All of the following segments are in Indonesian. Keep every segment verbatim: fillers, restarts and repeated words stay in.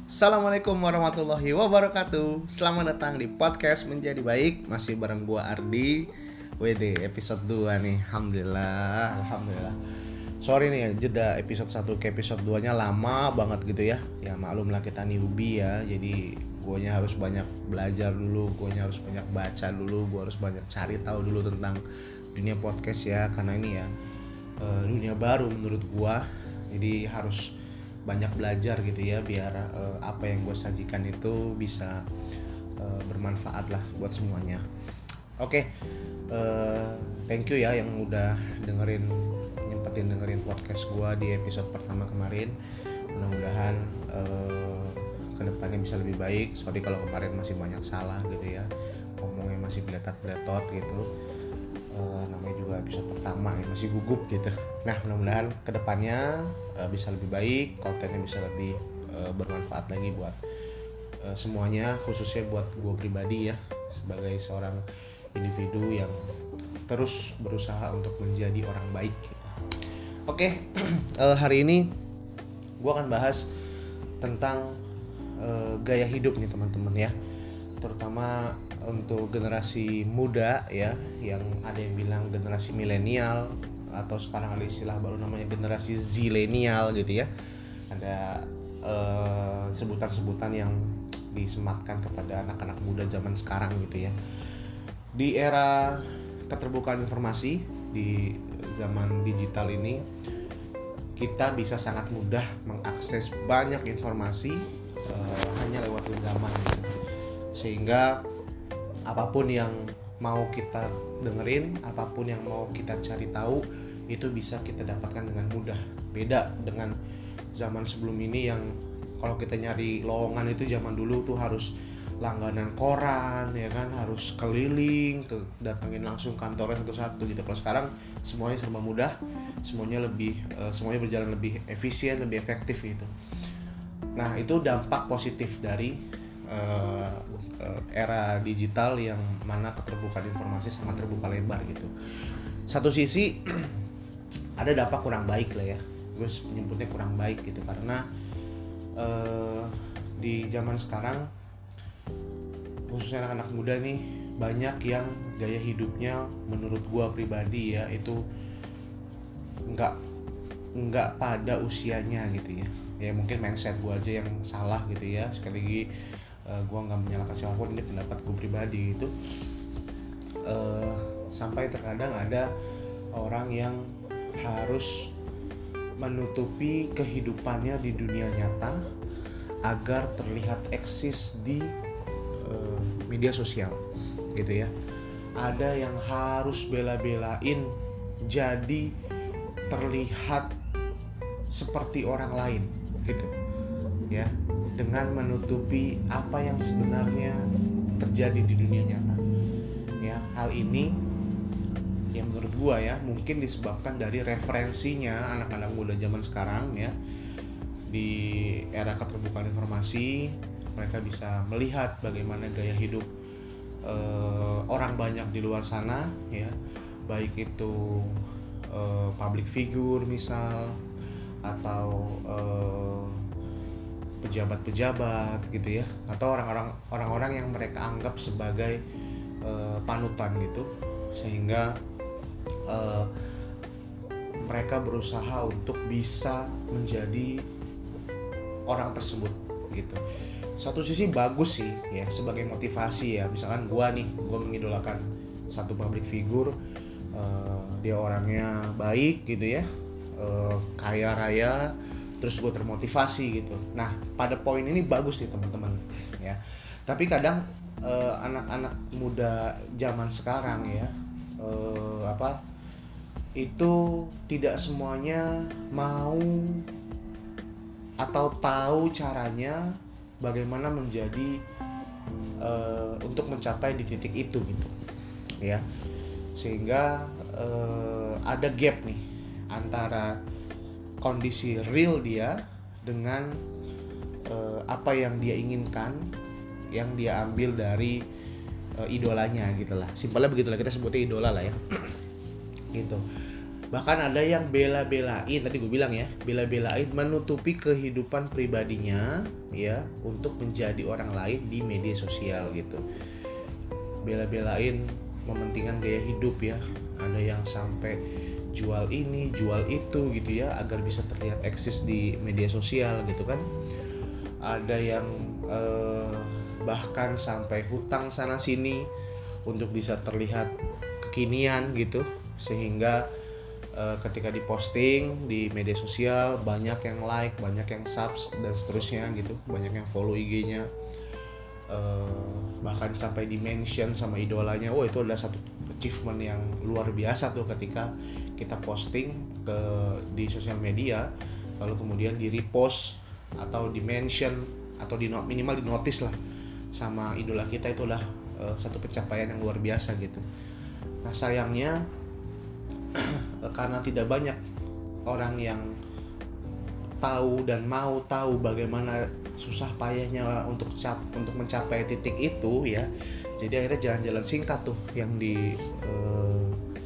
Assalamualaikum warahmatullahi wabarakatuh. Selamat datang di podcast Menjadi Baik. Masih bareng gua Ardi. W D episode dua nih. Alhamdulillah, alhamdulillah. Sorry nih ya, jeda episode satu ke episode dua-nya lama banget gitu ya. Ya maklum lah kita newbie ya. Jadi guanya harus banyak belajar dulu, guanya harus banyak baca dulu, gua harus banyak cari tahu dulu tentang dunia podcast ya, karena ini ya uh, dunia baru menurut gua. Jadi harus banyak belajar gitu ya, biar uh, apa yang gue sajikan itu bisa uh, bermanfaat lah buat semuanya. Oke, okay. uh, thank you ya yang udah dengerin, nyempetin dengerin podcast gue di episode pertama kemarin. Mudah-mudahan uh, kedepannya bisa lebih baik. Sorry kalau kemarin masih banyak salah gitu ya, ngomongnya masih beletot-beletot gitu. Uh, namanya juga episode pertama ya, masih gugup gitu. Nah, mudah-mudahan kedepannya uh, bisa lebih baik, kontennya bisa lebih uh, bermanfaat lagi buat uh, semuanya, khususnya buat gue pribadi ya, sebagai seorang individu yang terus berusaha untuk menjadi orang baik gitu. Oke, uh, hari ini gue akan bahas tentang uh, gaya hidup nih teman-teman ya, terutama untuk generasi muda ya, yang ada yang bilang generasi milenial atau sekarang ada istilah baru namanya generasi zilenial gitu ya. Ada uh, sebutan-sebutan yang disematkan kepada anak-anak muda zaman sekarang gitu ya. Di era keterbukaan informasi, di zaman digital ini, kita bisa sangat mudah mengakses banyak informasi uh, hanya lewat genggaman gitu. Sehingga apapun yang mau kita dengerin, apapun yang mau kita cari tahu, itu bisa kita dapatkan dengan mudah. Beda dengan zaman sebelum ini yang kalau kita nyari lowongan itu zaman dulu tuh harus langganan koran ya kan, harus keliling, ke datengin langsung kantornya satu-satu gitu. Kalau sekarang semuanya serba mudah, semuanya lebih uh, semuanya berjalan lebih efisien, lebih efektif gitu. Nah, itu dampak positif dari Uh, uh, era digital yang mana keterbukaan informasi sangat terbuka lebar gitu. Satu sisi ada dampak kurang baik lah ya, gue menyebutnya kurang baik gitu, karena uh, di zaman sekarang khususnya anak-anak muda nih banyak yang gaya hidupnya menurut gue pribadi ya itu nggak nggak pada usianya gitu ya. Ya mungkin mindset gue aja yang salah gitu ya. Sekali lagi Uh, gue nggak menyalahkan siapapun, ini pendapat gue pribadi itu. Uh, sampai terkadang ada orang yang harus menutupi kehidupannya di dunia nyata agar terlihat eksis di uh, media sosial, gitu ya. Ada yang harus bela-belain jadi terlihat seperti orang lain, gitu, ya. Dengan menutupi apa yang sebenarnya terjadi di dunia nyata. Ya, hal ini yang menurut gua ya mungkin disebabkan dari referensinya anak-anak muda zaman sekarang ya. Di era keterbukaan informasi, mereka bisa melihat bagaimana gaya hidup uh, orang banyak di luar sana ya. Baik itu uh, public figure misal, atau uh, pejabat-pejabat gitu ya, atau orang-orang orang-orang yang mereka anggap sebagai uh, panutan gitu, sehingga uh, mereka berusaha untuk bisa menjadi orang tersebut gitu. Satu sisi bagus sih ya, sebagai motivasi ya, misalkan gua nih, gua mengidolakan satu public figure, uh, dia orangnya baik gitu ya, uh, kaya raya, terus gue termotivasi gitu. Nah, pada poin ini bagus nih teman-teman ya. Tapi kadang eh, anak-anak muda zaman sekarang ya eh, apa itu tidak semuanya mau atau tahu caranya bagaimana menjadi eh, untuk mencapai di titik itu gitu ya. Sehingga eh, ada gap nih antara kondisi real dia dengan uh, apa yang dia inginkan, yang dia ambil dari uh, idolanya gitulah. Simpelnya begitulah, kita sebutnya idola lah ya. Gitu. Bahkan ada yang bela-belain, tadi gue bilang ya, bela-belain menutupi kehidupan pribadinya ya untuk menjadi orang lain di media sosial gitu. Bela-belain mementingkan gaya hidup ya. Ada yang sampai jual ini, jual itu gitu ya agar bisa terlihat eksis di media sosial gitu kan. Ada yang eh, bahkan sampai hutang sana sini untuk bisa terlihat kekinian gitu, sehingga uh, ketika diposting di media sosial banyak yang like, banyak yang subs dan seterusnya gitu, banyak yang follow I G-nya, uh, bahkan sampai di mention sama idolanya. Oh, itu adalah satu achievement yang luar biasa tuh ketika kita posting ke di sosial media lalu kemudian di repost atau di mention atau di minimal di notice lah sama idola kita. Itulah uh, satu pencapaian yang luar biasa gitu. Nah sayangnya karena tidak banyak orang yang tahu dan mau tahu bagaimana susah payahnya untuk cap, untuk mencapai titik itu ya, jadi akhirnya jalan-jalan singkat tuh yang di uh,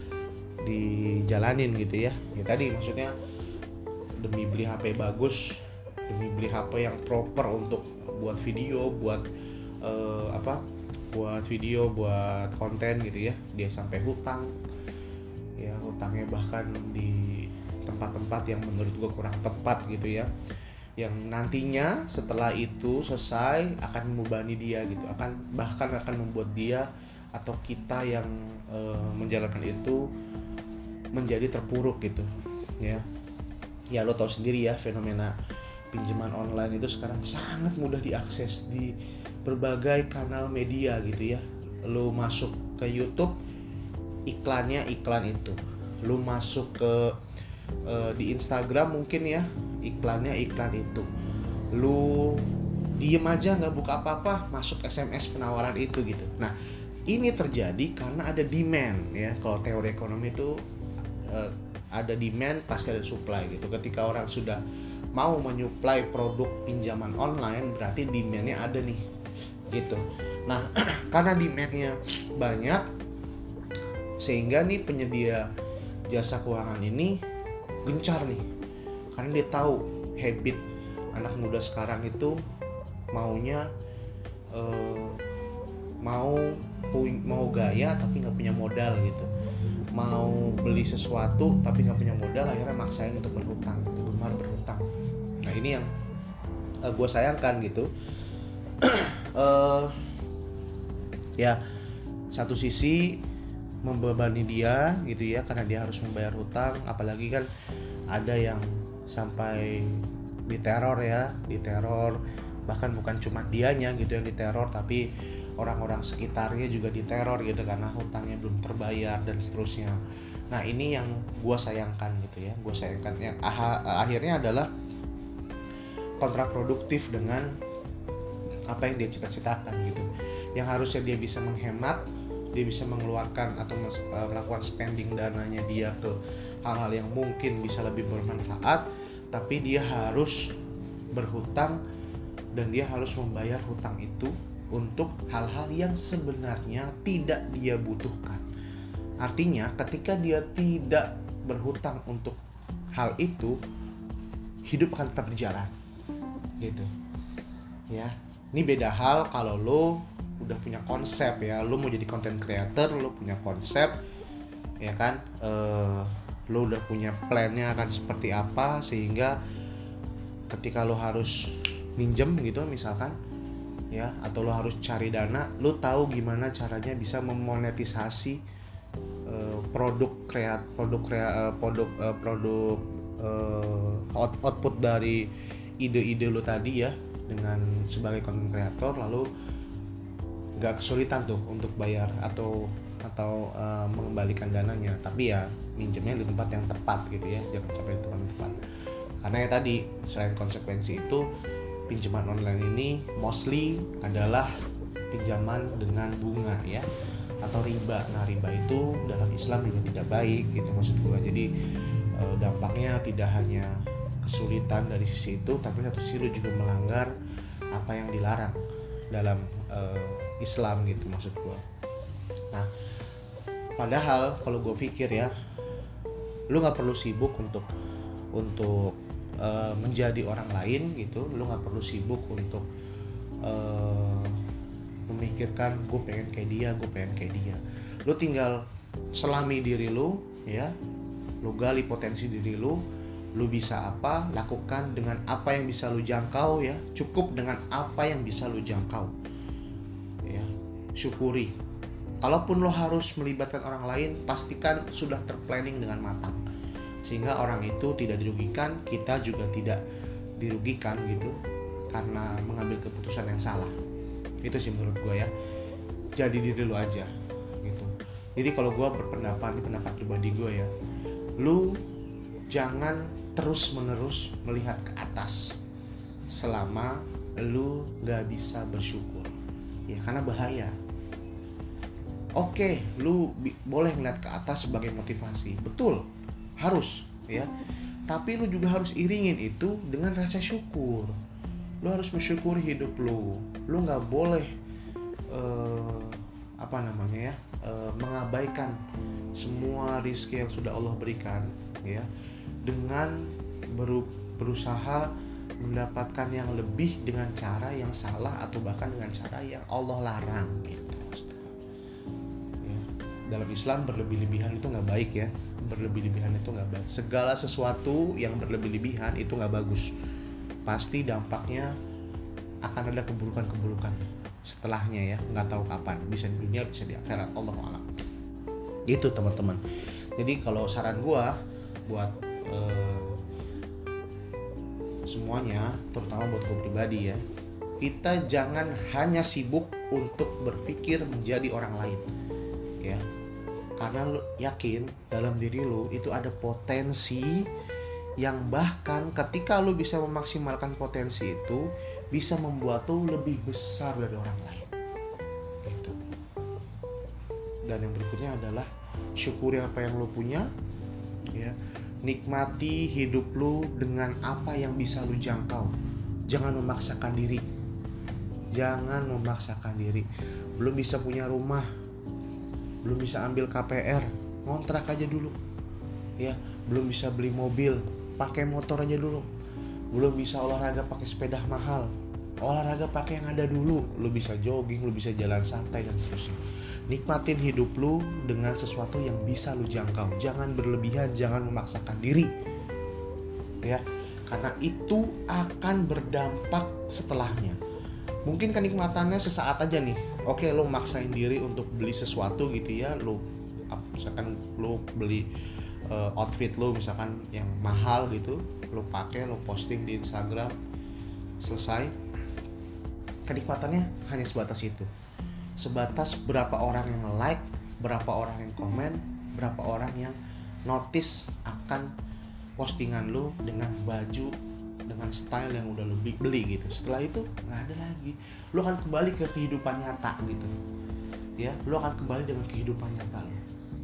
dijalanin gitu ya. Ya tadi maksudnya demi beli H P bagus, demi beli H P yang proper untuk buat video, buat uh, apa buat video, buat konten gitu ya, dia sampai hutang ya, hutangnya bahkan di tempat-tempat yang menurut gue kurang tepat gitu ya, yang nantinya setelah itu selesai akan membebani dia gitu, akan bahkan akan membuat dia atau kita yang uh, menjalankan itu menjadi terpuruk gitu ya. Ya lo tahu sendiri ya, fenomena pinjaman online itu sekarang sangat mudah diakses di berbagai kanal media gitu ya. Lu masuk ke YouTube, iklannya iklan itu. Lu masuk ke uh, di Instagram mungkin ya, iklannya iklan itu. Lu diem aja nggak buka apa-apa, masuk S M S penawaran itu gitu. Nah ini terjadi karena ada demand ya. Kalau teori ekonomi itu uh, ada demand pasti ada supply gitu. Ketika orang sudah mau menyuplai produk pinjaman online, berarti demand-nya ada nih gitu. Nah karena demand-nya banyak, sehingga nih penyedia jasa keuangan ini gencar nih, karena dia tahu habit anak muda sekarang itu maunya uh, mau pu- mau gaya tapi nggak punya modal gitu, mau beli sesuatu tapi nggak punya modal, akhirnya maksain untuk berhutang, gitu, gemar berhutang. Nah ini yang uh, gue sayangkan gitu. uh, ya satu sisi membebani dia gitu ya, karena dia harus membayar hutang, apalagi kan ada yang sampai diteror ya, diteror, bahkan bukan cuma dianya gitu yang diteror, tapi orang-orang sekitarnya juga diteror gitu karena hutangnya belum terbayar dan seterusnya. Nah ini yang gue sayangkan gitu ya, gue sayangkan yang aha, akhirnya adalah kontraproduktif dengan apa yang dia cita-citakan gitu. Yang harusnya dia bisa menghemat, dia bisa mengeluarkan atau melakukan spending dananya dia ke hal-hal yang mungkin bisa lebih bermanfaat, tapi dia harus berhutang dan dia harus membayar hutang itu untuk hal-hal yang sebenarnya tidak dia butuhkan. Artinya ketika dia tidak berhutang untuk hal itu, hidup akan tetap berjalan gitu ya. Ini beda hal kalau lo udah punya konsep ya, lo mau jadi content creator, lo punya konsep ya kan, uh, lo udah punya plannya akan seperti apa, sehingga ketika lo harus minjem gitu misalkan ya, atau lo harus cari dana, lo tahu gimana caranya bisa memonetisasi uh, produk kreat produk kreat uh, produk uh, produk uh, out, output dari ide-ide lo tadi ya, dengan sebagai content creator, lalu nggak kesulitan tuh untuk bayar atau atau uh, mengembalikan dananya, tapi ya minjemnya di tempat yang tepat gitu ya, jangan sampai di tempat yang tepat. Karena ya tadi selain konsekuensi itu, pinjaman online ini mostly adalah pinjaman dengan bunga ya, atau riba. Nah riba itu dalam Islam juga tidak baik gitu maksud gue. Jadi uh, dampaknya tidak hanya kesulitan dari sisi itu, tapi satu sisi juga melanggar apa yang dilarang dalam uh, Islam gitu maksud gue. Nah padahal kalau gue pikir ya, Lu nggak perlu sibuk untuk untuk uh, menjadi orang lain gitu. Lu nggak perlu sibuk untuk uh, memikirkan gue pengen kayak dia, gue pengen kayak dia. Lu tinggal selami diri lu, ya. Lu gali potensi diri lu. Lu bisa apa, lakukan dengan apa yang bisa lu jangkau, ya. Cukup dengan apa yang bisa lu jangkau, ya. Syukuri. Kalaupun lo harus melibatkan orang lain, pastikan sudah terplanning dengan matang, sehingga orang itu tidak dirugikan, kita juga tidak dirugikan gitu karena mengambil keputusan yang salah. Itu sih menurut gue, ya. Jadi diri lu aja gitu. Jadi kalau gue berpendapat, di pendapat pribadi gue, ya, lu jangan terus menerus melihat ke atas selama lu gak bisa bersyukur, ya, karena bahaya. Oke, lu bi- boleh ngeliat ke atas sebagai motivasi, betul, harus, ya. Tapi lu juga harus iringin itu dengan rasa syukur. Lu harus mensyukuri hidup lu. Lu nggak boleh uh, apa namanya ya uh, mengabaikan semua rezeki yang sudah Allah berikan, ya, dengan beru- berusaha mendapatkan yang lebih dengan cara yang salah atau bahkan dengan cara yang Allah larang gitu. Ya. Dalam Islam berlebih-lebihan itu nggak baik, ya. Berlebih-lebihan itu nggak baik. Segala sesuatu yang berlebih-lebihan itu nggak bagus. Pasti dampaknya akan ada keburukan-keburukan setelahnya, ya. Nggak tahu kapan. Bisa di dunia, bisa di akhirat. Allahu a'lam. Gitu teman-teman. Jadi kalau saran gua buat eh, semuanya, terutama buat gue pribadi, ya, kita jangan hanya sibuk untuk berpikir menjadi orang lain, ya, karena lu yakin dalam diri lu itu ada potensi yang bahkan ketika lu bisa memaksimalkan potensi itu bisa membuat lu lebih besar dari orang lain gitu. Dan yang berikutnya adalah syukuri apa yang lu punya, ya. Nikmati hidup lu dengan apa yang bisa lu jangkau. Jangan memaksakan diri. Jangan memaksakan diri. Belum bisa punya rumah, belum bisa ambil K P R, ngontrak aja dulu. Ya, belum bisa beli mobil, pakai motor aja dulu. Belum bisa olahraga pakai sepeda mahal, olahraga pakai yang ada dulu. Lu bisa jogging, lu bisa jalan santai dan seterusnya. Nikmatin hidup lu dengan sesuatu yang bisa lu jangkau. Jangan berlebihan, jangan memaksakan diri, ya, karena itu akan berdampak setelahnya. Mungkin kenikmatannya sesaat aja nih. Oke, lu maksain diri untuk beli sesuatu gitu, ya. Lu misalkan lu beli uh, outfit lu misalkan yang mahal gitu, lu pakai, lu posting di Instagram, selesai. Kenikmatannya hanya sebatas itu. Sebatas berapa orang yang like, berapa orang yang komen, berapa orang yang notice akan postingan lu dengan baju, dengan style yang udah lu beli gitu. Setelah itu nggak ada lagi. Lu akan kembali ke kehidupan nyata gitu, ya. Lu akan kembali dengan kehidupan nyata lu.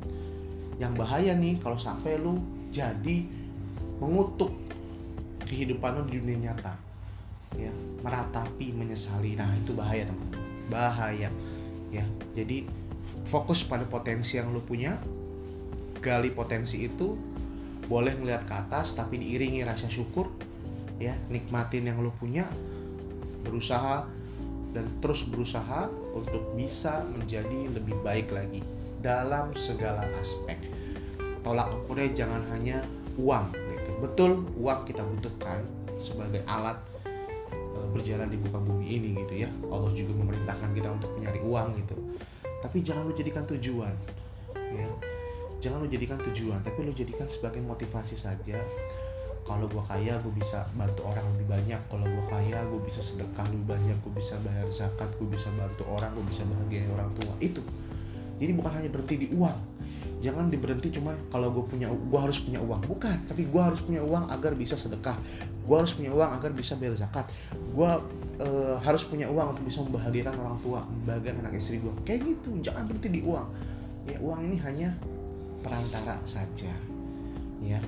Yang bahaya nih kalau sampai lu jadi mengutuk kehidupan lu di dunia nyata, ya, meratapi, menyesali. Nah itu bahaya teman-teman, bahaya, ya. Jadi fokus pada potensi yang lu punya, gali potensi itu, boleh ngeliat ke atas tapi diiringi rasa syukur, ya. Nikmatin yang lu punya, berusaha dan terus berusaha untuk bisa menjadi lebih baik lagi dalam segala aspek. Tolak ukurnya jangan hanya uang gitu. Betul, uang kita butuhkan sebagai alat berjalan di muka bumi ini gitu, ya. Allah juga memerintahkan kita untuk mencari uang gitu. Tapi jangan lu jadikan tujuan, ya. Jangan lu jadikan tujuan, tapi lu jadikan sebagai motivasi saja. Kalau gua kaya, gua bisa bantu orang lebih banyak. Kalau gua kaya, gua bisa sedekah lebih banyak. Gua bisa bayar zakat, gua bisa bantu orang, gua bisa bahagiain orang tua. Itu. Jadi bukan hanya berhenti di uang. Jangan diberhenti cuman kalau gue punya, gue harus punya uang. Bukan, tapi gue harus punya uang agar bisa sedekah. Gue harus punya uang agar bisa bayar zakat. Gue uh, harus punya uang untuk bisa membahagiakan orang tua, membahagiakan anak istri gue. Kayak gitu, jangan berhenti di uang. Ya, uang ini hanya perantara saja, ya.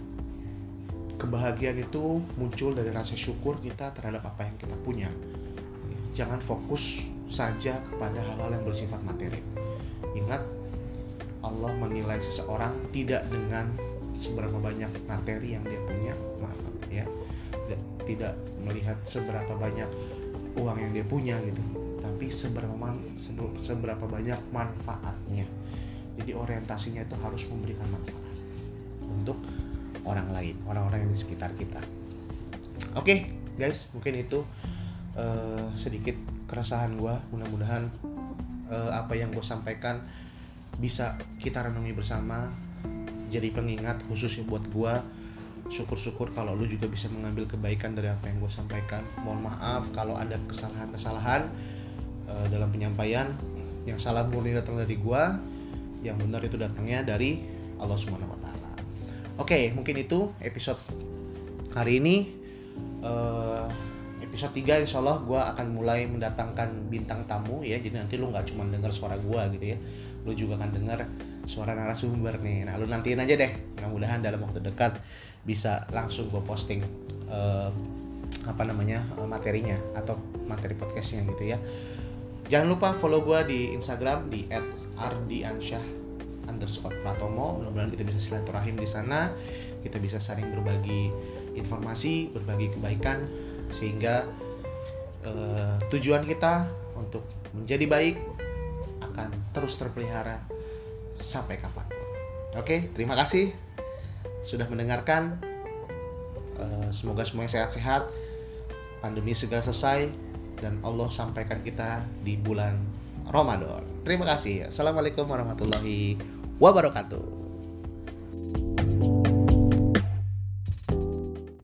Kebahagiaan itu muncul dari rasa syukur kita terhadap apa yang kita punya. Ya, jangan fokus saja kepada hal-hal yang bersifat materi. Ingat, Allah menilai seseorang tidak dengan seberapa banyak materi yang dia punya, ya, tidak melihat seberapa banyak uang yang dia punya gitu, tapi seberapa man, seberapa banyak manfaatnya. Jadi orientasinya itu harus memberikan manfaat untuk orang lain, orang-orang yang di sekitar kita. Oke, okay, guys, mungkin itu uh, sedikit keresahan gue. Mudah-mudahan uh, apa yang gue sampaikan bisa kita renungi bersama, jadi pengingat khususnya buat gue. Syukur-syukur kalau lu juga bisa mengambil kebaikan dari apa yang gue sampaikan. Mohon maaf kalau ada kesalahan-kesalahan uh, dalam penyampaian. Yang salah murni datang dari gue, yang benar itu datangnya dari Allah Subhanahu wa taala. Oke, mungkin itu episode hari ini. Uh, episode tiga insya Allah gue akan mulai mendatangkan bintang tamu ya. Jadi nanti lu gak cuma dengar suara gue gitu ya, lu juga akan dengar suara narasumber nih. Nah, lu nantiin aja deh. Mudah-mudahan dalam waktu dekat bisa langsung gue posting uh, apa namanya materinya atau materi podcastnya gitu ya. Jangan lupa follow gue di Instagram di et ardiansyah underscore pratomo. Mudah-mudahan kita bisa silaturahim di sana. Kita bisa saling berbagi informasi, berbagi kebaikan, sehingga uh, tujuan kita untuk menjadi baik akan terus terpelihara sampai kapanpun. Oke, terima kasih sudah mendengarkan. Uh, semoga semuanya sehat-sehat, pandemi segera selesai, dan Allah sampaikan kita di bulan Ramadan. Terima kasih. Assalamualaikum warahmatullahi wabarakatuh.